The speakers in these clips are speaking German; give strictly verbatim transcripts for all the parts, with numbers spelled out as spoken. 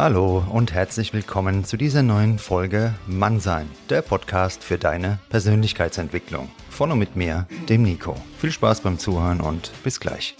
Hallo und herzlich willkommen zu dieser neuen Folge Mannsein, der Podcast für deine Persönlichkeitsentwicklung. Von und mit mir, dem Nico. Viel Spaß beim Zuhören und bis gleich.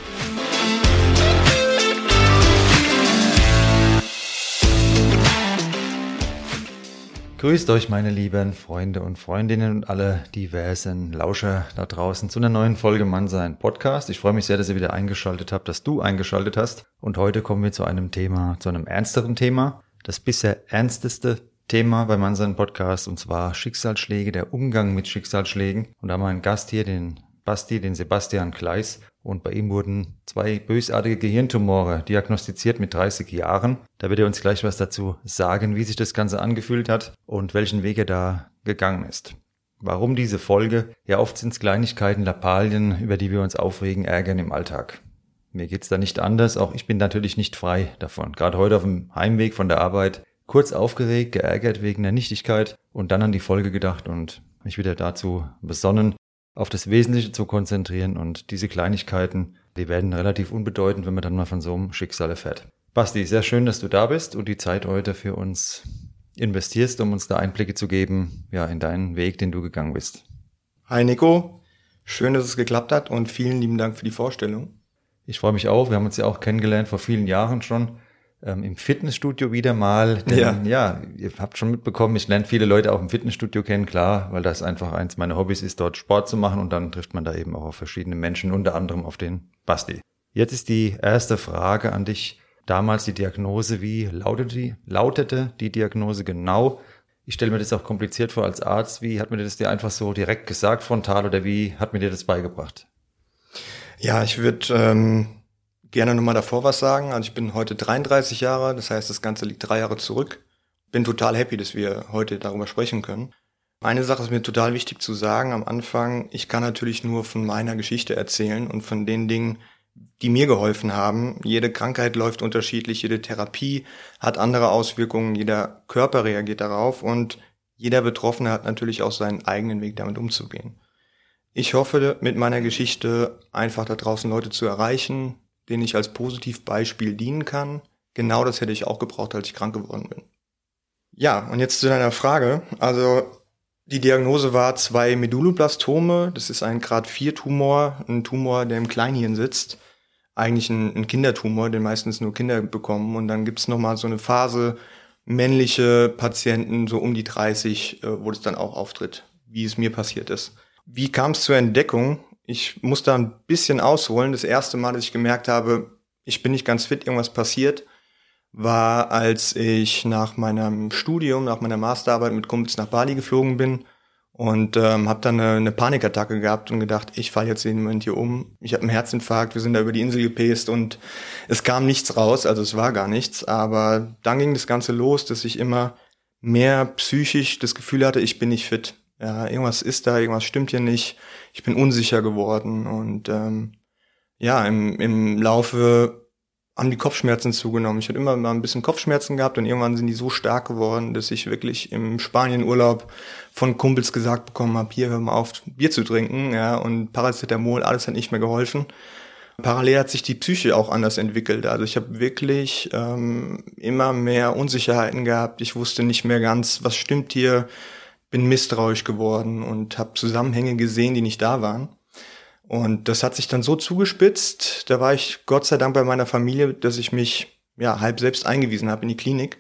Grüßt euch, meine lieben Freunde und Freundinnen und alle diversen Lauscher da draußen zu einer neuen Folge Mannsein Podcast. Ich freue mich sehr, dass ihr wieder eingeschaltet habt, dass du eingeschaltet hast. Und heute kommen wir zu einem Thema, zu einem ernsteren Thema. Das bisher ernsteste Thema bei Mannsein Podcast, und zwar Schicksalsschläge, der Umgang mit Schicksalsschlägen. Und da haben wir einen Gast hier, den Basti, den Sebastian Kleis. Und bei ihm wurden zwei bösartige Gehirntumore diagnostiziert mit dreißig Jahren. Da wird er uns gleich was dazu sagen, wie sich das Ganze angefühlt hat und welchen Weg er da gegangen ist. Warum diese Folge? Ja, oft sind es Kleinigkeiten, Lappalien, über die wir uns aufregen, ärgern im Alltag. Mir geht's da nicht anders, auch ich bin natürlich nicht frei davon. Gerade heute auf dem Heimweg von der Arbeit kurz aufgeregt, geärgert wegen der Nichtigkeit und dann an die Folge gedacht und mich wieder dazu besonnen, auf das Wesentliche zu konzentrieren, und diese Kleinigkeiten, die werden relativ unbedeutend, wenn man dann mal von so einem Schicksal erfährt. Basti, sehr schön, dass du da bist und die Zeit heute für uns investierst, um uns da Einblicke zu geben, ja, in deinen Weg, den du gegangen bist. Hi Nico, schön, dass es geklappt hat und vielen lieben Dank für die Vorstellung. Ich freue mich auch, wir haben uns ja auch kennengelernt vor vielen Jahren schon. Ähm, im Fitnessstudio wieder mal, denn ja. ja, ihr habt schon mitbekommen, ich lerne viele Leute auch im Fitnessstudio kennen, klar, weil das einfach eins meiner Hobbys ist, dort Sport zu machen, und dann trifft man da eben auch auf verschiedene Menschen, unter anderem auf den Basti. Jetzt ist die erste Frage an dich, damals die Diagnose, wie lautete die, lautete die Diagnose genau? Ich stelle mir das auch kompliziert vor als Arzt, wie hat mir das dir einfach so direkt gesagt, frontal, oder wie hat mir dir das beigebracht? Ja, ich würde ähm gerne nochmal davor was sagen. Also ich bin heute dreiunddreißig Jahre, das heißt, das Ganze liegt drei Jahre zurück. Bin total happy, dass wir heute darüber sprechen können. Eine Sache ist mir total wichtig zu sagen am Anfang: Ich kann natürlich nur von meiner Geschichte erzählen und von den Dingen, die mir geholfen haben. Jede Krankheit läuft unterschiedlich, jede Therapie hat andere Auswirkungen, jeder Körper reagiert darauf und jeder Betroffene hat natürlich auch seinen eigenen Weg, damit umzugehen. Ich hoffe, mit meiner Geschichte einfach da draußen Leute zu erreichen, denen ich als Positivbeispiel dienen kann. Genau das hätte ich auch gebraucht, als ich krank geworden bin. Ja, und jetzt zu deiner Frage. Also die Diagnose war zwei Medulloblastome. Das ist ein Grad vier Tumor, ein Tumor, der im Kleinhirn sitzt. Eigentlich ein, ein Kindertumor, den meistens nur Kinder bekommen. Und dann gibt's nochmal so eine Phase, männliche Patienten, so um die dreißig, wo das dann auch auftritt, wie es mir passiert ist. Wie kam es zur Entdeckung? Ich muss da ein bisschen ausholen. Das erste Mal, dass ich gemerkt habe, ich bin nicht ganz fit, irgendwas passiert, war, als ich nach meinem Studium, nach meiner Masterarbeit mit Kumpels nach Bali geflogen bin und ähm, habe dann eine, eine Panikattacke gehabt und gedacht, ich falle jetzt jeden Moment hier um. Ich habe einen Herzinfarkt, wir sind da über die Insel gepäst und es kam nichts raus, also es war gar nichts. Aber dann ging das Ganze los, dass ich immer mehr psychisch das Gefühl hatte, ich bin nicht fit. Ja, irgendwas ist da, irgendwas stimmt hier nicht. Ich bin unsicher geworden und ähm, ja, im, im Laufe haben die Kopfschmerzen zugenommen. Ich hatte immer mal ein bisschen Kopfschmerzen gehabt und irgendwann sind die so stark geworden, dass ich wirklich im Spanienurlaub von Kumpels gesagt bekommen habe, hier, hör mal auf, Bier zu trinken, ja, und Paracetamol, alles hat nicht mehr geholfen. Parallel hat sich die Psyche auch anders entwickelt. Also ich habe wirklich ähm, immer mehr Unsicherheiten gehabt. Ich wusste nicht mehr ganz, was stimmt hier. Bin misstrauisch geworden und habe Zusammenhänge gesehen, die nicht da waren. Und das hat sich dann so zugespitzt, da war ich Gott sei Dank bei meiner Familie, dass ich mich ja halb selbst eingewiesen habe in die Klinik.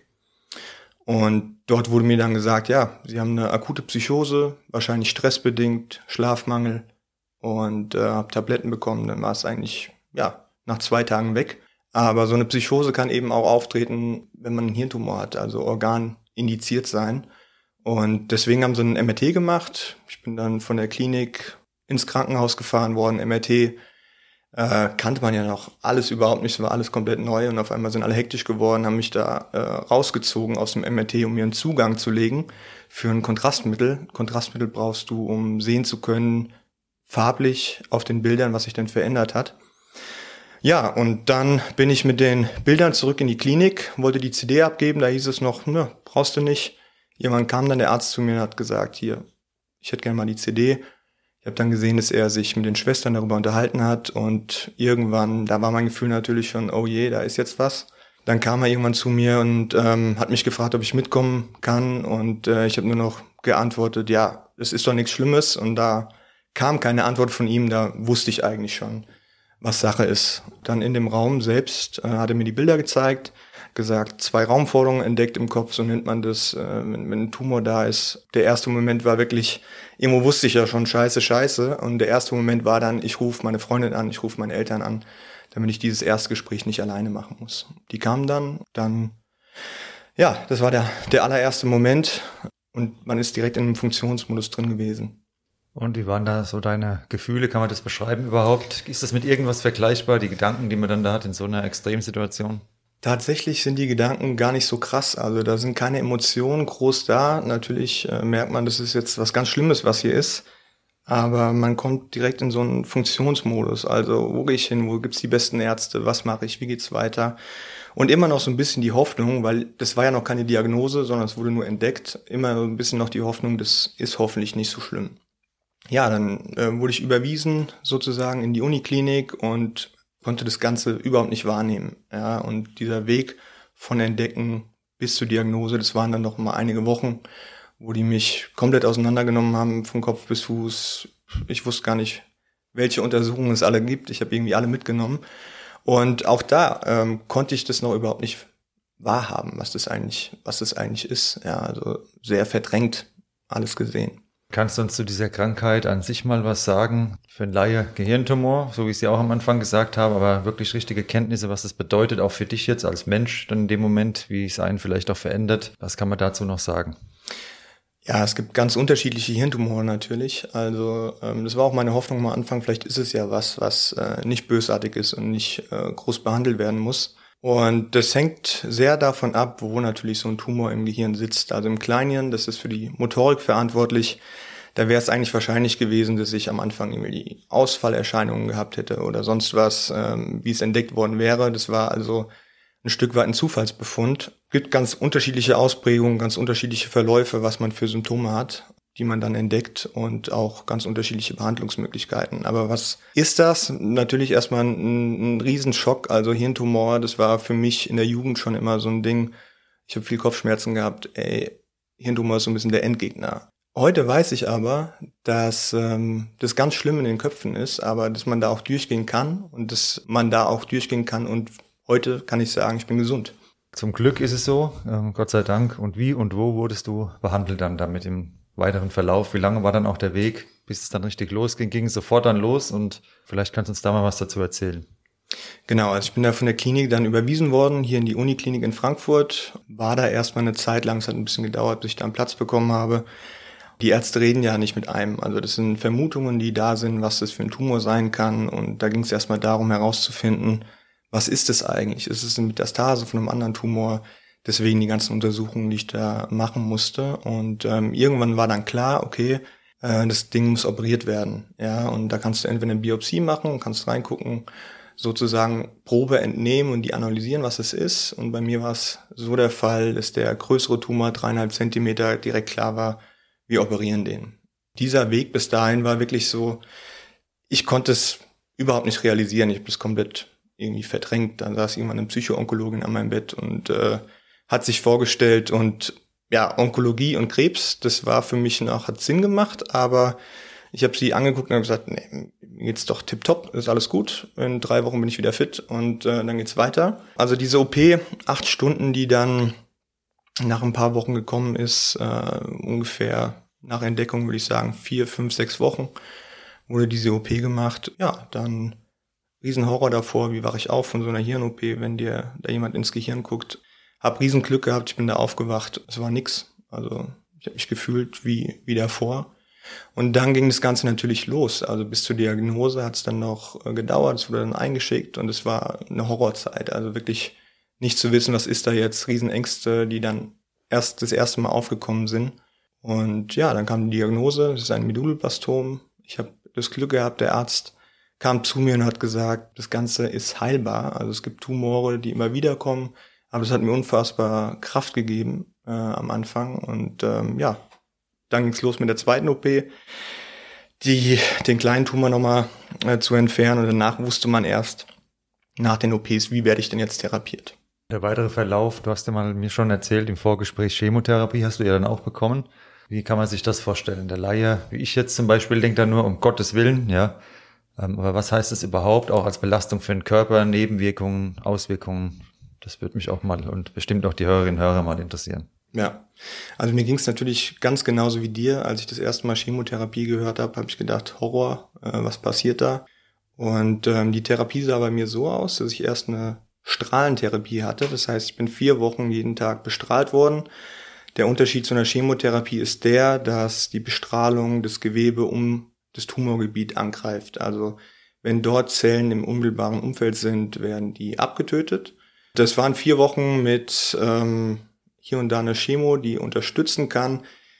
Und dort wurde mir dann gesagt, ja, Sie haben eine akute Psychose, wahrscheinlich stressbedingt, Schlafmangel, und äh, habe Tabletten bekommen. Dann war es eigentlich ja nach zwei Tagen weg. Aber so eine Psychose kann eben auch auftreten, wenn man einen Hirntumor hat, also organindiziert sein. Und deswegen haben sie einen M R T gemacht. Ich bin dann von der Klinik ins Krankenhaus gefahren worden. M R T äh, kannte man ja noch alles überhaupt nicht, es war alles komplett neu. Und auf einmal sind alle hektisch geworden, haben mich da äh, rausgezogen aus dem M R T, um mir einen Zugang zu legen für ein Kontrastmittel. Kontrastmittel brauchst du, um sehen zu können, farblich auf den Bildern, was sich denn verändert hat. Ja, und dann bin ich mit den Bildern zurück in die Klinik, wollte die C D abgeben, da hieß es noch, ne, brauchst du nicht. Irgendwann kam dann der Arzt zu mir und hat gesagt, hier, ich hätte gerne mal die C D. Ich habe dann gesehen, dass er sich mit den Schwestern darüber unterhalten hat und irgendwann, da war mein Gefühl natürlich schon, oh je, da ist jetzt was. Dann kam er irgendwann zu mir und ähm, hat mich gefragt, ob ich mitkommen kann. Und äh, ich habe nur noch geantwortet, ja, es ist doch nichts Schlimmes. Und da kam keine Antwort von ihm, da wusste ich eigentlich schon, was Sache ist. Dann in dem Raum selbst äh, hat er mir die Bilder gezeigt, gesagt, zwei Raumforderungen entdeckt im Kopf, so nennt man das, äh, wenn, wenn ein Tumor da ist. Der erste Moment war wirklich, irgendwo wusste ich ja schon, scheiße, scheiße. Und der erste Moment war dann, ich rufe meine Freundin an, ich rufe meine Eltern an, damit ich dieses Erstgespräch nicht alleine machen muss. Die kamen dann, dann, ja, das war der, der allererste Moment und man ist direkt in einem Funktionsmodus drin gewesen. Und wie waren da so deine Gefühle? Kann man das beschreiben überhaupt? Ist das mit irgendwas vergleichbar, die Gedanken, die man dann da hat in so einer Extremsituation? Tatsächlich sind die Gedanken gar nicht so krass. Also da sind keine Emotionen groß da. Natürlich äh, merkt man, das ist jetzt was ganz Schlimmes, was hier ist. Aber man kommt direkt in so einen Funktionsmodus. Also wo gehe ich hin? Wo gibt's die besten Ärzte? Was mache ich? Wie geht's weiter? Und immer noch so ein bisschen die Hoffnung, weil das war ja noch keine Diagnose, sondern es wurde nur entdeckt. Immer so ein bisschen noch die Hoffnung, das ist hoffentlich nicht so schlimm. Ja, dann äh, wurde ich überwiesen sozusagen in die Uniklinik und konnte das Ganze überhaupt nicht wahrnehmen. Ja, und dieser Weg von Entdecken bis zur Diagnose, das waren dann noch mal einige Wochen, wo die mich komplett auseinandergenommen haben, von Kopf bis Fuß. Ich wusste gar nicht, welche Untersuchungen es alle gibt. Ich habe irgendwie alle mitgenommen. Und auch da ähm, konnte ich das noch überhaupt nicht wahrhaben, was das eigentlich, was das eigentlich ist. Ja, also sehr verdrängt alles gesehen. Kannst du uns zu dieser Krankheit an sich mal was sagen? Für einen Laie Gehirntumor, so wie ich es ja auch am Anfang gesagt habe, aber wirklich richtige Kenntnisse, was das bedeutet, auch für dich jetzt als Mensch, dann in dem Moment, wie es einen vielleicht auch verändert. Was kann man dazu noch sagen? Ja, es gibt ganz unterschiedliche Hirntumoren natürlich. Also ähm, das war auch meine Hoffnung am Anfang, vielleicht ist es ja was, was äh, nicht bösartig ist und nicht äh, groß behandelt werden muss. Und das hängt sehr davon ab, wo natürlich so ein Tumor im Gehirn sitzt. Also im Kleinhirn, das ist für die Motorik verantwortlich. Da wäre es eigentlich wahrscheinlich gewesen, dass ich am Anfang irgendwie Ausfallerscheinungen gehabt hätte oder sonst was, ähm, wie es entdeckt worden wäre. Das war also ein Stück weit ein Zufallsbefund. Es gibt ganz unterschiedliche Ausprägungen, ganz unterschiedliche Verläufe, was man für Symptome hat, die man dann entdeckt und auch ganz unterschiedliche Behandlungsmöglichkeiten. Aber was ist das? Natürlich erstmal ein, ein Riesenschock. Also Hirntumor, das war für mich in der Jugend schon immer so ein Ding. Ich habe viel Kopfschmerzen gehabt. Ey, Hirntumor ist so ein bisschen der Endgegner. Heute weiß ich aber, dass ähm, das ganz schlimm in den Köpfen ist, aber dass man da auch durchgehen kann und dass man da auch durchgehen kann und heute kann ich sagen, ich bin gesund. Zum Glück ist es so, ähm, Gott sei Dank. Und wie und wo wurdest du behandelt dann damit im weiteren Verlauf? Wie lange war dann auch der Weg, bis es dann richtig losging? Ging es sofort dann los? Und vielleicht kannst du uns da mal was dazu erzählen. Genau, also ich bin da von der Klinik dann überwiesen worden, hier in die Uniklinik in Frankfurt. War da erstmal eine Zeit lang, es hat ein bisschen gedauert, bis ich da einen Platz bekommen habe. Die Ärzte reden ja nicht mit einem. Also das sind Vermutungen, die da sind, was das für ein Tumor sein kann. Und da ging es erstmal darum herauszufinden, was ist es eigentlich? Ist es eine Metastase von einem anderen Tumor? Deswegen die ganzen Untersuchungen, die ich da machen musste. Und ähm, irgendwann war dann klar, okay, äh, das Ding muss operiert werden. Ja, und da kannst du entweder eine Biopsie machen, kannst reingucken, sozusagen Probe entnehmen und die analysieren, was es ist. Und bei mir war es so der Fall, dass der größere Tumor, dreieinhalb Zentimeter, direkt klar war, wir operieren den. Dieser Weg bis dahin war wirklich so, ich konnte es überhaupt nicht realisieren. Ich habe das komplett irgendwie verdrängt. Dann saß irgendwann eine Psychoonkologin an meinem Bett und äh, hat sich vorgestellt und ja, Onkologie und Krebs, das war für mich noch, hat Sinn gemacht, aber ich habe sie angeguckt und habe gesagt, nee, mir geht's doch tipptopp, ist alles gut, in drei Wochen bin ich wieder fit und äh, dann geht's weiter. Also diese O P, acht Stunden, die dann nach ein paar Wochen gekommen ist, äh, ungefähr nach Entdeckung würde ich sagen, vier, fünf, sechs Wochen wurde diese O P gemacht. Ja, dann Riesenhorror davor, wie wache ich auf von so einer Hirn-O P, wenn dir da jemand ins Gehirn guckt. Hab Riesenglück gehabt, ich bin da aufgewacht, es war nix. Also ich habe mich gefühlt wie wie davor. Und dann ging das Ganze natürlich los. Also bis zur Diagnose hat es dann noch äh, gedauert, es wurde dann eingeschickt und es war eine Horrorzeit. Also wirklich nicht zu wissen, was ist da jetzt, Riesenängste, die dann erst das erste Mal aufgekommen sind. Und ja, dann kam die Diagnose, es ist ein Meduloblastom. Ich habe das Glück gehabt, der Arzt kam zu mir und hat gesagt, das Ganze ist heilbar. Also es gibt Tumore, die immer wieder kommen, aber es hat mir unfassbar Kraft gegeben äh, am Anfang. Und ähm, ja, dann ging's los mit der zweiten O P, die den kleinen Tumor nochmal äh, zu entfernen. Und danach wusste man erst nach den O Ps, wie werde ich denn jetzt therapiert. Der weitere Verlauf, du hast ja mal mir schon erzählt, im Vorgespräch Chemotherapie hast du ja dann auch bekommen. Wie kann man sich das vorstellen? Der Laie, wie ich jetzt zum Beispiel, denkt da nur um Gottes Willen, ja. Aber was heißt das überhaupt auch als Belastung für den Körper, Nebenwirkungen, Auswirkungen? Das würde mich auch mal und bestimmt auch die Hörerinnen und Hörer mal interessieren. Ja, also mir ging es natürlich ganz genauso wie dir. Als ich das erste Mal Chemotherapie gehört habe, habe ich gedacht, Horror, äh, was passiert da? Und ähm, die Therapie sah bei mir so aus, dass ich erst eine Strahlentherapie hatte. Das heißt, ich bin vier Wochen jeden Tag bestrahlt worden. Der Unterschied zu einer Chemotherapie ist der, dass die Bestrahlung das Gewebe um das Tumorgebiet angreift. Also wenn dort Zellen im unmittelbaren Umfeld sind, werden die abgetötet. Das waren vier Wochen mit ähm, hier und da eine Chemo, die unterstützen kann,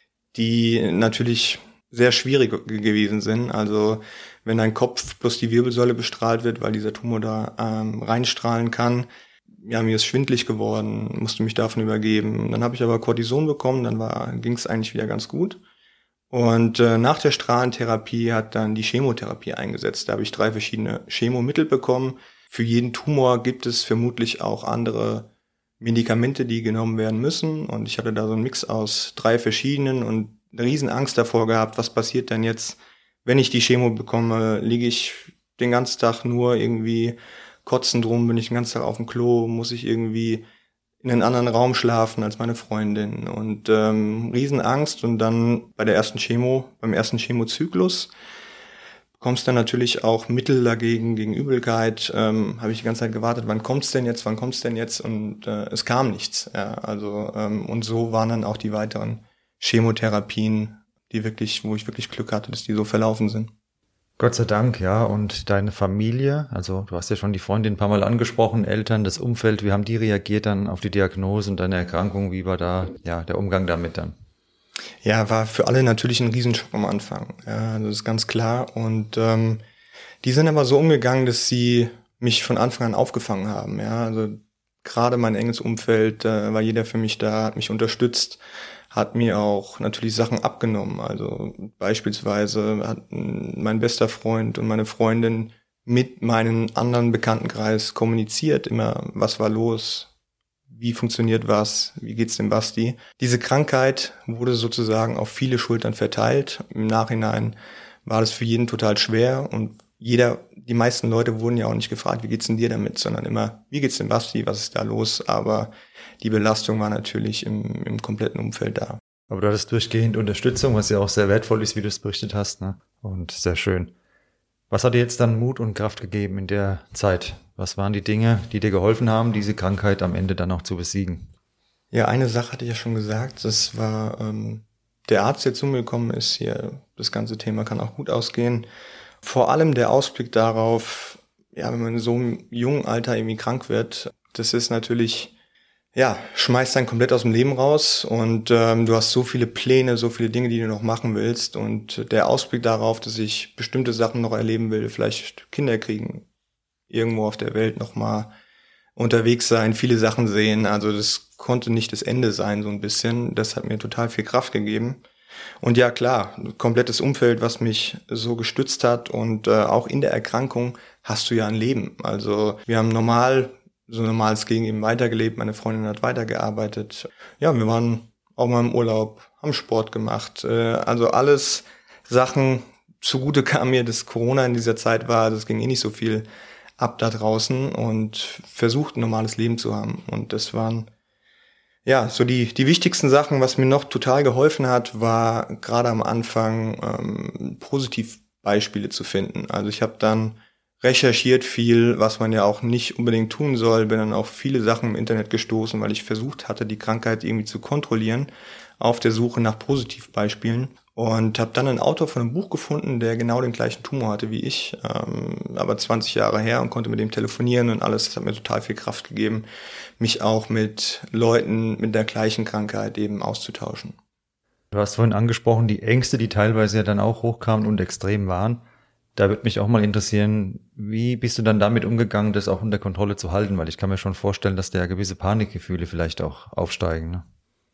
die natürlich sehr schwierig gewesen sind. Also wenn dein Kopf plus die Wirbelsäule bestrahlt wird, weil dieser Tumor da ähm, reinstrahlen kann, ja, mir ist schwindelig geworden, musste mich davon übergeben. Dann habe ich aber Cortison bekommen, dann war ging es eigentlich wieder ganz gut. Und äh, nach der Strahlentherapie hat dann die Chemotherapie eingesetzt. Da habe ich drei verschiedene Chemomittel bekommen. Für jeden Tumor gibt es vermutlich auch andere Medikamente, die genommen werden müssen. Und ich hatte da so einen Mix aus drei verschiedenen und eine riesen Angst davor gehabt, was passiert denn jetzt, wenn ich die Chemo bekomme? Liege ich den ganzen Tag nur irgendwie kotzend rum, bin ich den ganzen Tag auf dem Klo, muss ich irgendwie in einen anderen Raum schlafen als meine Freundin und ähm, Riesenangst. Und dann bei der ersten Chemo, beim ersten Chemozyklus bekommst dann natürlich auch Mittel dagegen, gegen Übelkeit. Ähm, habe ich die ganze Zeit gewartet, wann kommt's denn jetzt, wann kommt's denn jetzt? Und äh, es kam nichts. Ja, also ähm, und so waren dann auch die weiteren Chemotherapien, die wirklich, wo ich wirklich Glück hatte, dass die so verlaufen sind. Gott sei Dank, ja. Und deine Familie, also du hast ja schon die Freundin ein paar Mal angesprochen, Eltern, das Umfeld, wie haben die reagiert dann auf die Diagnose und deine Erkrankung? Wie war da ja der Umgang damit dann? Ja, war für alle natürlich ein Riesenschock am Anfang. Ja, das ist ganz klar. Und ähm, die sind aber so umgegangen, dass sie mich von Anfang an aufgefangen haben. Ja, also gerade mein enges Umfeld, äh, war jeder für mich da, hat mich unterstützt, hat mir auch natürlich Sachen abgenommen. Also beispielsweise hat mein bester Freund und meine Freundin mit meinem anderen Bekanntenkreis kommuniziert, immer, was war los, wie funktioniert was, wie geht's dem Basti. Diese Krankheit wurde sozusagen auf viele Schultern verteilt. Im Nachhinein war das für jeden total schwer und jeder, die meisten Leute wurden ja auch nicht gefragt, wie geht's denn dir damit, sondern immer, wie geht's dem Basti, was ist da los, aber die Belastung war natürlich im, im kompletten Umfeld da. Aber du hattest durchgehend Unterstützung, was ja auch sehr wertvoll ist, wie du es berichtet hast, ne? Und sehr schön. Was hat dir jetzt dann Mut und Kraft gegeben in der Zeit? Was waren die Dinge, die dir geholfen haben, diese Krankheit am Ende dann auch zu besiegen? Ja, eine Sache hatte ich ja schon gesagt, das war ähm, der Arzt, der zu mir gekommen ist, hier, das ganze Thema kann auch gut ausgehen. Vor allem der Ausblick darauf, ja, wenn man in so einem jungen Alter irgendwie krank wird, das ist natürlich, ja, schmeißt einen komplett aus dem Leben raus und ähm, du hast so viele Pläne, so viele Dinge, die du noch machen willst und der Ausblick darauf, dass ich bestimmte Sachen noch erleben will, vielleicht Kinder kriegen, irgendwo auf der Welt nochmal unterwegs sein, viele Sachen sehen, also das konnte nicht das Ende sein, so ein bisschen, das hat mir total viel Kraft gegeben. Und ja, klar, komplettes Umfeld, was mich so gestützt hat und äh, auch in der Erkrankung hast du ja ein Leben. Also wir haben normal, so normal es ging, eben weitergelebt, meine Freundin hat weitergearbeitet. Ja, wir waren auch mal im Urlaub, haben Sport gemacht. Äh, also alles Sachen, zugute kam mir, dass Corona in dieser Zeit war, das ging eh nicht so viel ab da draußen und versucht, ein normales Leben zu haben. Und das waren ja, so die die wichtigsten Sachen, was mir noch total geholfen hat, war gerade am Anfang ähm, Positivbeispiele zu finden. Also ich habe dann recherchiert viel, was man ja auch nicht unbedingt tun soll, bin dann auf viele Sachen im Internet gestoßen, weil ich versucht hatte, die Krankheit irgendwie zu kontrollieren, auf der Suche nach Positivbeispielen. Und habe dann einen Autor von einem Buch gefunden, der genau den gleichen Tumor hatte wie ich, ähm, aber zwanzig Jahre her und konnte mit dem telefonieren und alles. Das hat mir total viel Kraft gegeben, mich auch mit Leuten mit der gleichen Krankheit eben auszutauschen. Du hast vorhin angesprochen, die Ängste, die teilweise ja dann auch hochkamen und extrem waren. Da würde mich auch mal interessieren, wie bist du dann damit umgegangen, das auch unter Kontrolle zu halten? Weil ich kann mir schon vorstellen, dass da ja gewisse Panikgefühle vielleicht auch aufsteigen, ne?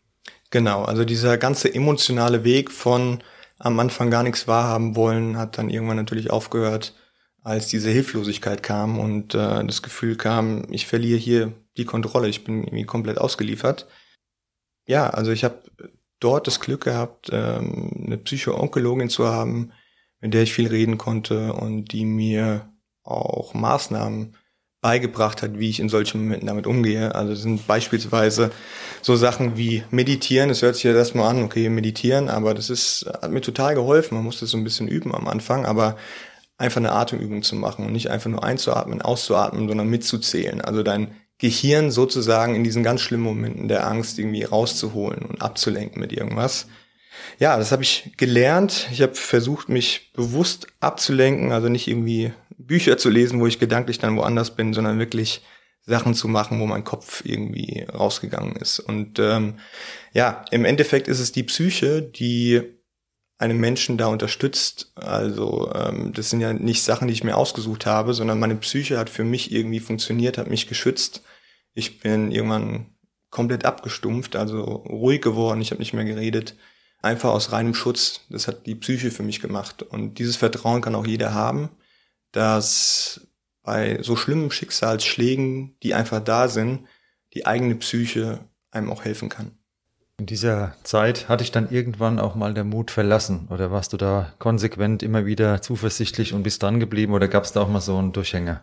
Genau, also dieser ganze emotionale Weg von am Anfang gar nichts wahrhaben wollen, hat dann irgendwann natürlich aufgehört, als diese Hilflosigkeit kam und äh, das Gefühl kam, ich verliere hier die Kontrolle. Ich bin irgendwie komplett ausgeliefert. Ja, also ich habe dort das Glück gehabt, ähm, eine Psycho-Onkologin zu haben, mit der ich viel reden konnte und die mir auch Maßnahmen beigebracht hat, wie ich in solchen Momenten damit umgehe. Also das sind beispielsweise so Sachen wie Meditieren. Das hört sich ja erstmal an, okay, meditieren, aber das ist, hat mir total geholfen. Man musste so ein bisschen üben am Anfang, aber einfach eine Atemübung zu machen und nicht einfach nur einzuatmen, auszuatmen, sondern mitzuzählen. Also dein Gehirn sozusagen in diesen ganz schlimmen Momenten der Angst irgendwie rauszuholen und abzulenken mit irgendwas. Ja, das habe ich gelernt. Ich habe versucht, mich bewusst abzulenken, also nicht irgendwie Bücher zu lesen, wo ich gedanklich dann woanders bin, sondern wirklich Sachen zu machen, wo mein Kopf irgendwie rausgegangen ist. Und ähm, ja, im Endeffekt ist es die Psyche, die einen Menschen da unterstützt. Also ähm, das sind ja nicht Sachen, die ich mir ausgesucht habe, sondern meine Psyche hat für mich irgendwie funktioniert, hat mich geschützt. Ich bin irgendwann komplett abgestumpft, also ruhig geworden, ich habe nicht mehr geredet. Einfach aus reinem Schutz, das hat die Psyche für mich gemacht. Und dieses Vertrauen kann auch jeder haben, dass bei so schlimmen Schicksalsschlägen, die einfach da sind, die eigene Psyche einem auch helfen kann. In dieser Zeit hatte ich dann irgendwann auch mal der Mut verlassen oder warst du da konsequent immer wieder zuversichtlich und bist dran geblieben oder gab es da auch mal so einen Durchhänger?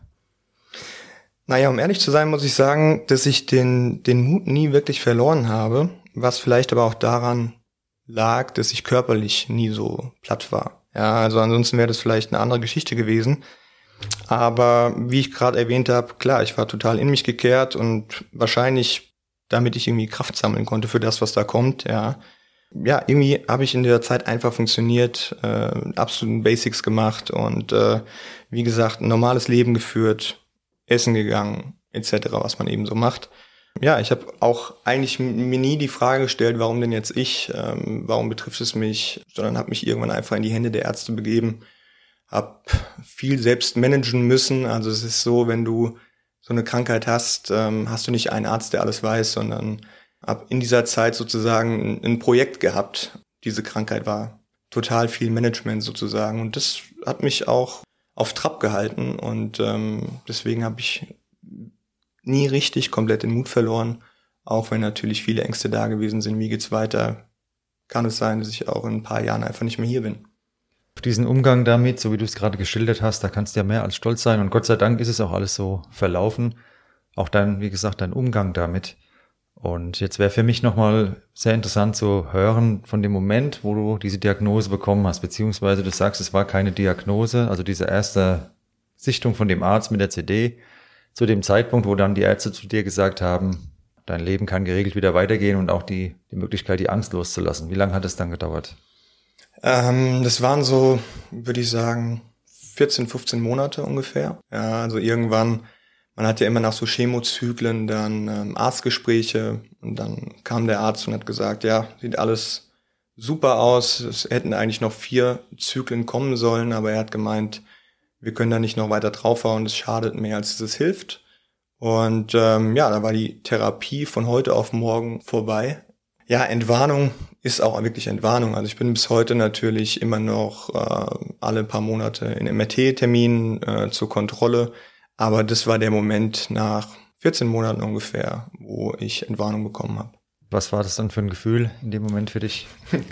Naja, um ehrlich zu sein, muss ich sagen, dass ich den, den Mut nie wirklich verloren habe, was vielleicht aber auch daran lag, dass ich körperlich nie so platt war. Ja, also ansonsten wäre das vielleicht eine andere Geschichte gewesen. Aber wie ich gerade erwähnt habe, klar, ich war total in mich gekehrt und wahrscheinlich, damit ich irgendwie Kraft sammeln konnte für das, was da kommt, ja. Ja, irgendwie habe ich in der Zeit einfach funktioniert, äh, absoluten Basics gemacht und äh, wie gesagt, ein normales Leben geführt, essen gegangen, et cetera, was man eben so macht. Ja, ich habe auch eigentlich mir nie die Frage gestellt, warum denn jetzt ich, ähm, warum betrifft es mich, sondern habe mich irgendwann einfach in die Hände der Ärzte begeben, habe viel selbst managen müssen. Also es ist so, wenn du so eine Krankheit hast, ähm, hast du nicht einen Arzt, der alles weiß, sondern habe in dieser Zeit sozusagen ein Projekt gehabt. Diese Krankheit war total viel Management sozusagen und das hat mich auch auf Trab gehalten und ähm, deswegen habe ich nie richtig komplett den Mut verloren, auch wenn natürlich viele Ängste da gewesen sind. Wie geht's weiter? Kann es sein, dass ich auch in ein paar Jahren einfach nicht mehr hier bin? Auf diesen Umgang damit, so wie du es gerade geschildert hast, da kannst du ja mehr als stolz sein und Gott sei Dank ist es auch alles so verlaufen. Auch dann, wie gesagt, dein Umgang damit. Und jetzt wäre für mich nochmal sehr interessant zu hören von dem Moment, wo du diese Diagnose bekommen hast, beziehungsweise du sagst, es war keine Diagnose, also diese erste Sichtung von dem Arzt mit der C D, zu dem Zeitpunkt, wo dann die Ärzte zu dir gesagt haben, dein Leben kann geregelt wieder weitergehen und auch die, die Möglichkeit, die Angst loszulassen. Wie lange hat es dann gedauert? Ähm, das waren so, würde ich sagen, vierzehn, fünfzehn Monate ungefähr. Ja, also irgendwann, man hat ja immer nach so Chemozyklen dann ähm, Arztgespräche und dann kam der Arzt und hat gesagt, ja, sieht alles super aus, es hätten eigentlich noch vier Zyklen kommen sollen, aber er hat gemeint, wir können da nicht noch weiter draufhauen, das schadet mehr, als es hilft. Und ähm, ja, da war die Therapie von heute auf morgen vorbei. Ja, Entwarnung ist auch wirklich Entwarnung. Also ich bin bis heute natürlich immer noch äh, alle paar Monate in M R T-Terminen äh, zur Kontrolle. Aber das war der Moment nach vierzehn Monaten ungefähr, wo ich Entwarnung bekommen habe. Was war das dann für ein Gefühl in dem Moment für dich?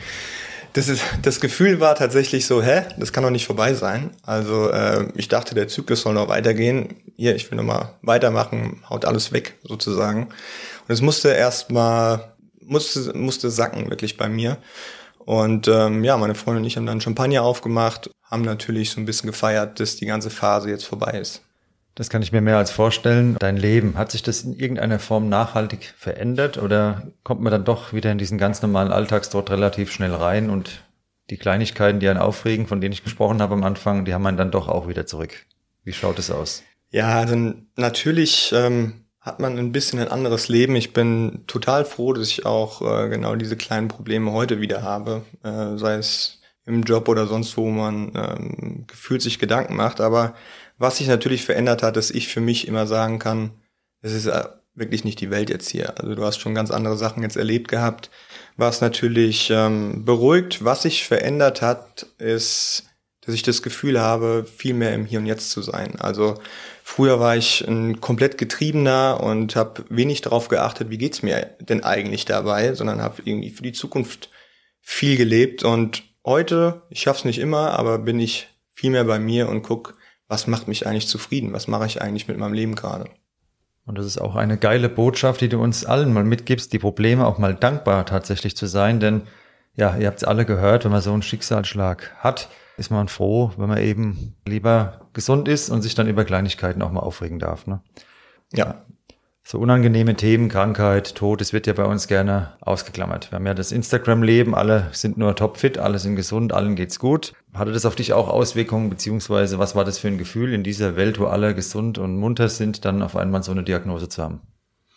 Das ist, das Gefühl war tatsächlich so, hä, das kann doch nicht vorbei sein. Also äh, ich dachte, der Zyklus soll noch weitergehen. Hier, ich will noch mal weitermachen, haut alles weg sozusagen. Und es musste erst mal, musste, musste sacken wirklich bei mir. Und ähm, ja, meine Freundin und ich haben dann Champagner aufgemacht, haben natürlich so ein bisschen gefeiert, dass die ganze Phase jetzt vorbei ist. Das kann ich mir mehr als vorstellen. Dein Leben, hat sich das in irgendeiner Form nachhaltig verändert oder kommt man dann doch wieder in diesen ganz normalen Alltagstrott relativ schnell rein und die Kleinigkeiten, die einen aufregen, von denen ich gesprochen habe am Anfang, die haben einen dann doch auch wieder zurück? Wie schaut es aus? Ja, also natürlich ähm, hat man ein bisschen ein anderes Leben. Ich bin total froh, dass ich auch äh, genau diese kleinen Probleme heute wieder habe, äh, sei es im Job oder sonst wo man ähm, gefühlt sich Gedanken macht, aber was sich natürlich verändert hat, dass ich für mich immer sagen kann, es ist wirklich nicht die Welt jetzt hier. Also du hast schon ganz andere Sachen jetzt erlebt gehabt, was natürlich ähm, beruhigt. Was sich verändert hat, ist, dass ich das Gefühl habe, viel mehr im Hier und Jetzt zu sein. Also früher war ich ein komplett Getriebener und habe wenig darauf geachtet, wie geht's mir denn eigentlich dabei, sondern habe irgendwie für die Zukunft viel gelebt. Und heute, ich schaff's nicht immer, aber bin ich viel mehr bei mir und guck, was macht mich eigentlich zufrieden, was mache ich eigentlich mit meinem Leben gerade. Und das ist auch eine geile Botschaft, die du uns allen mal mitgibst, die Probleme auch mal dankbar tatsächlich zu sein, denn ja, ihr habt es alle gehört, wenn man so einen Schicksalsschlag hat, ist man froh, wenn man eben lieber gesund ist und sich dann über Kleinigkeiten auch mal aufregen darf, ne? Ja. So unangenehme Themen, Krankheit, Tod, das wird ja bei uns gerne ausgeklammert. Wir haben ja das Instagram-Leben, alle sind nur topfit, alle sind gesund, allen geht's gut. Hatte das auf dich auch Auswirkungen, beziehungsweise was war das für ein Gefühl, in dieser Welt, wo alle gesund und munter sind, dann auf einmal so eine Diagnose zu haben?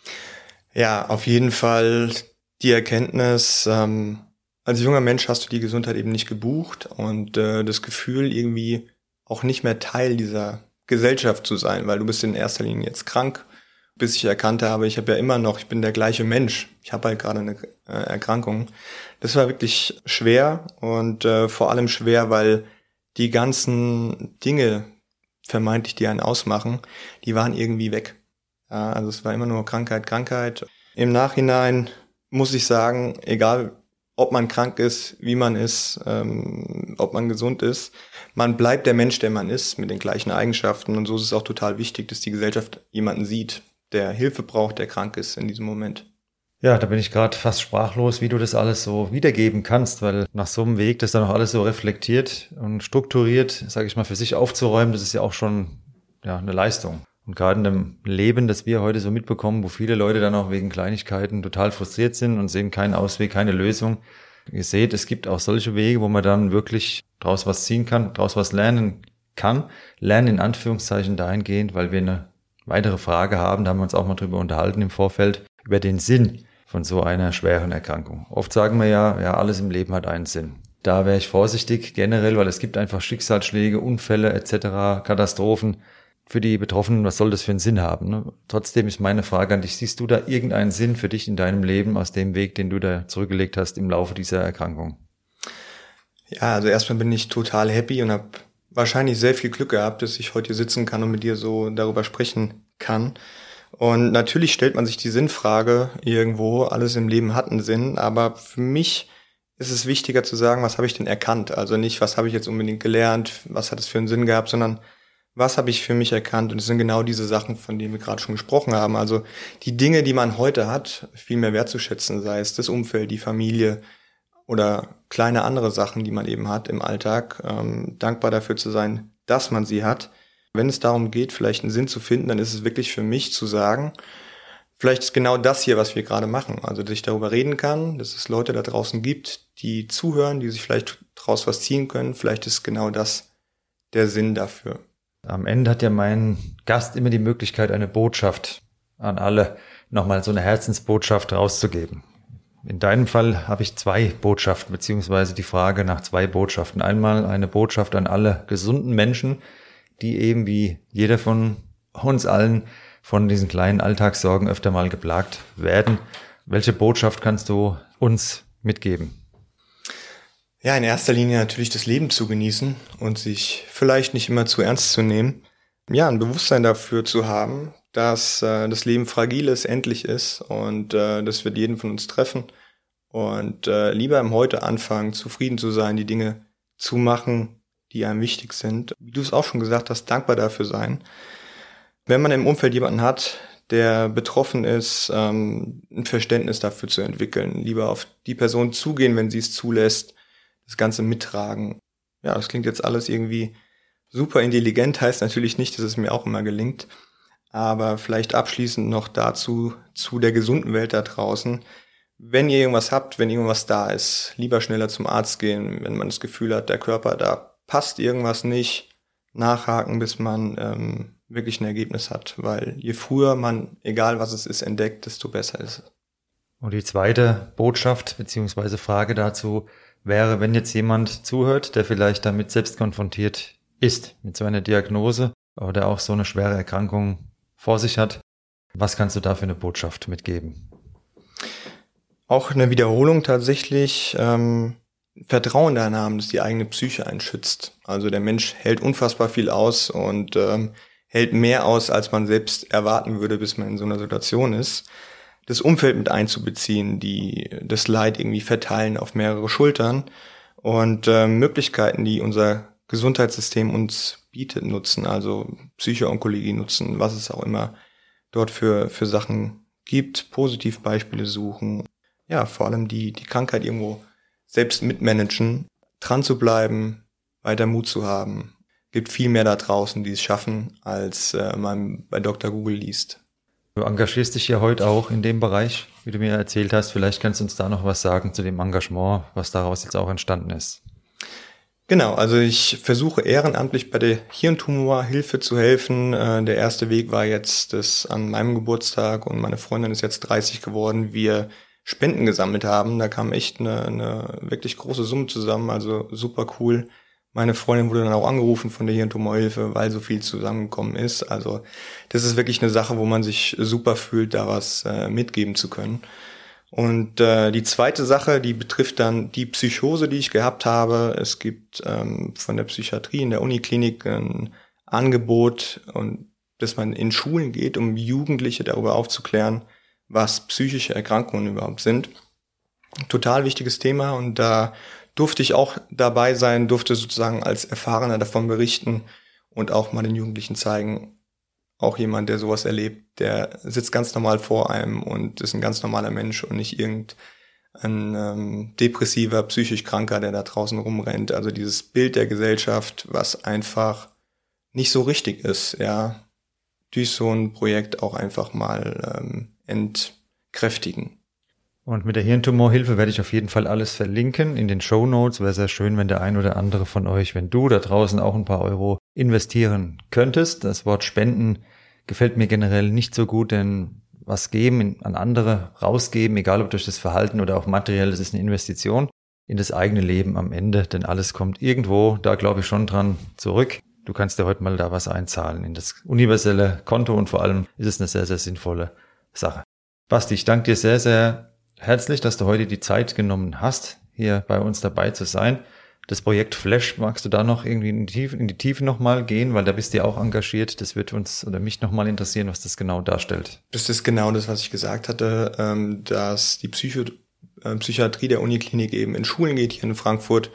Ja, auf jeden Fall die Erkenntnis, ähm, als junger Mensch hast du die Gesundheit eben nicht gebucht und äh, das Gefühl, irgendwie auch nicht mehr Teil dieser Gesellschaft zu sein, weil du bist in erster Linie jetzt krank, bis ich erkannt habe, ich habe ja immer noch, ich bin der gleiche Mensch. Ich habe halt gerade eine äh, Erkrankung. Das war wirklich schwer und äh, vor allem schwer, weil die ganzen Dinge, vermeintlich, die einen ausmachen, die waren irgendwie weg. Ja, also es war immer nur Krankheit, Krankheit. Im Nachhinein muss ich sagen, egal ob man krank ist, wie man ist, ähm, ob man gesund ist, man bleibt der Mensch, der man ist, mit den gleichen Eigenschaften. Und so ist es auch total wichtig, dass die Gesellschaft jemanden sieht, der Hilfe braucht, der krank ist in diesem Moment. Ja, da bin ich gerade fast sprachlos, wie du das alles so wiedergeben kannst, weil nach so einem Weg, das dann auch alles so reflektiert und strukturiert, sage ich mal, für sich aufzuräumen, das ist ja auch schon ja eine Leistung. Und gerade in dem Leben, das wir heute so mitbekommen, wo viele Leute dann auch wegen Kleinigkeiten total frustriert sind und sehen keinen Ausweg, keine Lösung. Ihr seht, es gibt auch solche Wege, wo man dann wirklich draus was ziehen kann, draus was lernen kann. Lernen in Anführungszeichen dahingehend, weil wir eine weitere Frage haben, da haben wir uns auch mal drüber unterhalten im Vorfeld, über den Sinn von so einer schweren Erkrankung. Oft sagen wir ja, ja, alles im Leben hat einen Sinn. Da wäre ich vorsichtig generell, weil es gibt einfach Schicksalsschläge, Unfälle et cetera, Katastrophen für die Betroffenen. Was soll das für einen Sinn haben? Ne? Trotzdem ist meine Frage an dich, siehst du da irgendeinen Sinn für dich in deinem Leben aus dem Weg, den du da zurückgelegt hast im Laufe dieser Erkrankung? Ja, also erstmal bin ich total happy und habe wahrscheinlich sehr viel Glück gehabt, dass ich heute hier sitzen kann und mit dir so darüber sprechen kann. Und natürlich stellt man sich die Sinnfrage irgendwo, alles im Leben hat einen Sinn, aber für mich ist es wichtiger zu sagen, was habe ich denn erkannt? Also nicht, was habe ich jetzt unbedingt gelernt, was hat es für einen Sinn gehabt, sondern was habe ich für mich erkannt? Und es sind genau diese Sachen, von denen wir gerade schon gesprochen haben. Also die Dinge, die man heute hat, viel mehr wertzuschätzen, sei es das Umfeld, die Familie oder kleine andere Sachen, die man eben hat im Alltag, ähm, dankbar dafür zu sein, dass man sie hat. Wenn es darum geht, vielleicht einen Sinn zu finden, dann ist es wirklich für mich zu sagen, vielleicht ist genau das hier, was wir gerade machen. Also, dass ich darüber reden kann, dass es Leute da draußen gibt, die zuhören, die sich vielleicht daraus was ziehen können. Vielleicht ist genau das der Sinn dafür. Am Ende hat ja mein Gast immer die Möglichkeit, eine Botschaft an alle, nochmal so eine Herzensbotschaft rauszugeben. In deinem Fall habe ich zwei Botschaften, beziehungsweise die Frage nach zwei Botschaften. Einmal eine Botschaft an alle gesunden Menschen, die eben wie jeder von uns allen von diesen kleinen Alltagssorgen öfter mal geplagt werden. Welche Botschaft kannst du uns mitgeben? Ja, in erster Linie natürlich das Leben zu genießen und sich vielleicht nicht immer zu ernst zu nehmen. Ja, ein Bewusstsein dafür zu haben, dass äh, das Leben fragil ist, endlich ist und äh, das wird jeden von uns treffen. Und äh, lieber im Heute anfangen, zufrieden zu sein, die Dinge zu machen, die einem wichtig sind. Wie du es auch schon gesagt hast, dankbar dafür sein. Wenn man im Umfeld jemanden hat, der betroffen ist, ähm, ein Verständnis dafür zu entwickeln. Lieber auf die Person zugehen, wenn sie es zulässt, das Ganze mittragen. Ja, das klingt jetzt alles irgendwie super intelligent, heißt natürlich nicht, dass es mir auch immer gelingt. Aber vielleicht abschließend noch dazu, zu der gesunden Welt da draußen. Wenn ihr irgendwas habt, wenn irgendwas da ist, lieber schneller zum Arzt gehen, wenn man das Gefühl hat, der Körper, da passt irgendwas nicht, nachhaken, bis man ähm, wirklich ein Ergebnis hat. Weil je früher man, egal was es ist, entdeckt, desto besser ist es. Und die zweite Botschaft beziehungsweise Frage dazu wäre, wenn jetzt jemand zuhört, der vielleicht damit selbst konfrontiert ist, mit so einer Diagnose oder auch so eine schwere Erkrankung vor sich hat, was kannst du da für eine Botschaft mitgeben? Auch eine Wiederholung tatsächlich, ähm, Vertrauen darin haben, dass die eigene Psyche einen schützt. Also der Mensch hält unfassbar viel aus und ähm, hält mehr aus, als man selbst erwarten würde, bis man in so einer Situation ist. Das Umfeld mit einzubeziehen, die das Leid irgendwie verteilen auf mehrere Schultern und äh, Möglichkeiten, die unser Gesundheitssystem uns bietet, nutzen, also Psycho-Onkologie nutzen, was es auch immer dort für für Sachen gibt, Positivbeispiele suchen, ja, vor allem die die Krankheit irgendwo selbst mitmanagen, dran zu bleiben, weiter Mut zu haben. Gibt viel mehr da draußen, die es schaffen, als äh, man bei Doktor Google liest. Du engagierst dich ja heute auch in dem Bereich, wie du mir erzählt hast. Vielleicht kannst du uns da noch was sagen zu dem Engagement, was daraus jetzt auch entstanden ist. Genau, also ich versuche ehrenamtlich bei der Hirntumorhilfe zu helfen. Äh, der erste Weg war jetzt, dass an meinem Geburtstag, und meine Freundin ist jetzt dreißig geworden, wir Spenden gesammelt haben. Da kam echt eine, eine wirklich große Summe zusammen, also super cool. Meine Freundin wurde dann auch angerufen von der Hirntumorhilfe, weil so viel zusammengekommen ist. Also das ist wirklich eine Sache, wo man sich super fühlt, da was äh, mitgeben zu können. Und äh, die zweite Sache, die betrifft dann die Psychose, die ich gehabt habe. Es gibt ähm, von der Psychiatrie in der Uniklinik ein Angebot, und dass man in Schulen geht, um Jugendliche darüber aufzuklären, was psychische Erkrankungen überhaupt sind. Total wichtiges Thema, und da durfte ich auch dabei sein, durfte sozusagen als Erfahrener davon berichten und auch mal den Jugendlichen zeigen, auch jemand, der sowas erlebt, der sitzt ganz normal vor einem und ist ein ganz normaler Mensch und nicht irgendein ähm, depressiver, psychisch Kranker, der da draußen rumrennt. Also dieses Bild der Gesellschaft, was einfach nicht so richtig ist, ja, durch so ein Projekt auch einfach mal ähm, entkräftigen. Und mit der Hirntumorhilfe werde ich auf jeden Fall alles verlinken in den Shownotes. Wäre sehr schön, wenn der ein oder andere von euch, wenn du da draußen auch ein paar Euro investieren könntest. Das Wort Spenden gefällt mir generell nicht so gut, denn was geben, an andere rausgeben, egal ob durch das Verhalten oder auch materiell, das ist eine Investition in das eigene Leben am Ende, denn alles kommt irgendwo, da glaube ich schon dran, zurück. Du kannst dir heute mal da was einzahlen in das universelle Konto, und vor allem ist es eine sehr, sehr sinnvolle Sache. Basti, ich danke dir sehr, sehr herzlich, dass du heute die Zeit genommen hast, hier bei uns dabei zu sein. Das Projekt Flash, magst du da noch irgendwie in die Tiefe, in die Tiefe nochmal gehen, weil da bist du ja auch engagiert. Das wird uns oder mich nochmal interessieren, was das genau darstellt. Das ist genau das, was ich gesagt hatte, dass die Psycho- Psychiatrie der Uniklinik eben in Schulen geht, hier in Frankfurt,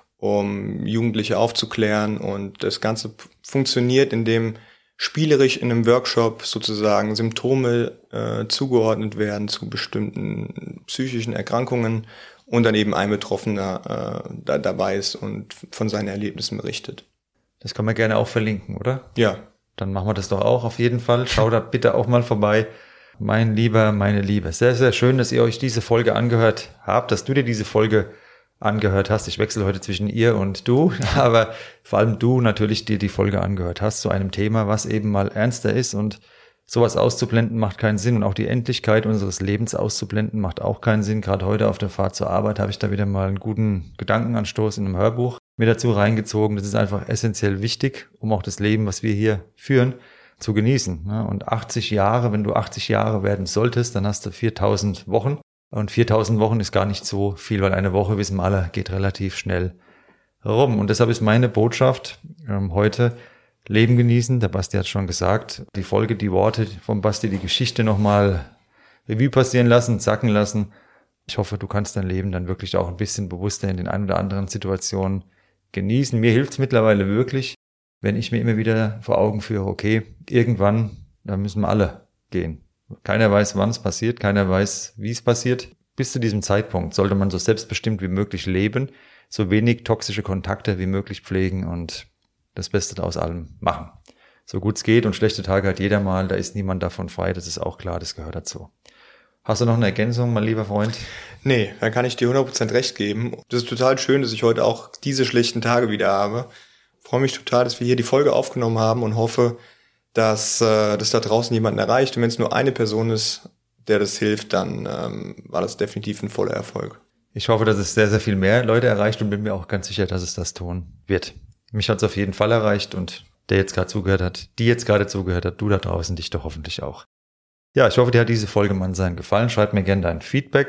um Jugendliche aufzuklären, und das Ganze funktioniert, indem spielerisch in einem Workshop sozusagen Symptome äh, zugeordnet werden zu bestimmten psychischen Erkrankungen und dann eben ein Betroffener äh, da dabei ist und von seinen Erlebnissen berichtet. Das kann man gerne auch verlinken, oder? Ja. Dann machen wir das doch auch auf jeden Fall. Schau da bitte auch mal vorbei. Mein Lieber, meine Liebe, sehr, sehr schön, dass ihr euch diese Folge angehört habt, dass du dir diese Folge angehört hast. Ich wechsle heute zwischen ihr und du, aber vor allem du natürlich dir die Folge angehört hast zu einem Thema, was eben mal ernster ist, und sowas auszublenden macht keinen Sinn, und auch die Endlichkeit unseres Lebens auszublenden macht auch keinen Sinn. Gerade heute auf der Fahrt zur Arbeit habe ich da wieder mal einen guten Gedankenanstoß in einem Hörbuch mir dazu reingezogen. Das ist einfach essentiell wichtig, um auch das Leben, was wir hier führen, zu genießen. Und achtzig Jahre, wenn du achtzig Jahre werden solltest, dann hast du viertausend Wochen. Und viertausend Wochen ist gar nicht so viel, weil eine Woche, wissen wir alle, geht relativ schnell rum. Und deshalb ist meine Botschaft ähm, heute: Leben genießen. Der Basti hat schon gesagt, die Folge, die Worte vom Basti, die Geschichte nochmal Revue passieren lassen, sacken lassen. Ich hoffe, du kannst dein Leben dann wirklich auch ein bisschen bewusster in den ein oder anderen Situationen genießen. Mir hilft es mittlerweile wirklich, wenn ich mir immer wieder vor Augen führe, okay, irgendwann, da müssen wir alle gehen. Keiner weiß, wann es passiert, keiner weiß, wie es passiert. Bis zu diesem Zeitpunkt sollte man so selbstbestimmt wie möglich leben, so wenig toxische Kontakte wie möglich pflegen und das Beste aus allem machen. So gut es geht, und schlechte Tage hat jeder mal, da ist niemand davon frei, das ist auch klar, das gehört dazu. Hast du noch eine Ergänzung, mein lieber Freund? Nee, dann kann ich dir hundert Prozent recht geben. Das ist total schön, dass ich heute auch diese schlechten Tage wieder habe. Ich freue mich total, dass wir hier die Folge aufgenommen haben und hoffe, dass äh, das da draußen jemanden erreicht. Und wenn es nur eine Person ist, der das hilft, dann ähm, war das definitiv ein voller Erfolg. Ich hoffe, dass es sehr, sehr viel mehr Leute erreicht, und bin mir auch ganz sicher, dass es das tun wird. Mich hat es auf jeden Fall erreicht, und der jetzt gerade zugehört hat, die jetzt gerade zugehört hat, du da draußen, dich doch hoffentlich auch. Ja, ich hoffe, dir hat diese Folge Mannsein gefallen. Schreib mir gerne dein Feedback.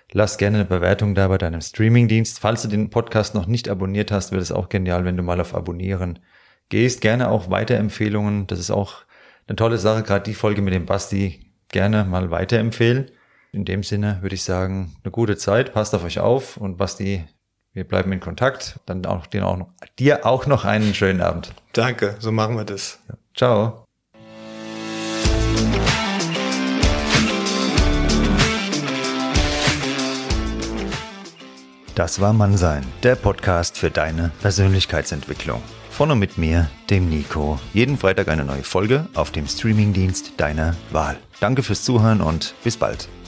Lass gerne eine Bewertung da bei deinem Streamingdienst. Falls du den Podcast noch nicht abonniert hast, wäre es auch genial, wenn du mal auf Abonnieren gehst. Gerne auch Weiterempfehlungen. Das ist auch eine tolle Sache. Gerade die Folge mit dem Basti gerne mal weiterempfehlen. In dem Sinne würde ich sagen, eine gute Zeit. Passt auf euch auf. Und Basti, wir bleiben in Kontakt. Dann auch dir auch noch, dir auch noch einen schönen Abend. Danke, so machen wir das. Ja. Ciao. Das war Mannsein, der Podcast für deine Persönlichkeitsentwicklung. Von und mit mir, dem Nico. Jeden Freitag eine neue Folge auf dem Streamingdienst deiner Wahl. Danke fürs Zuhören und bis bald.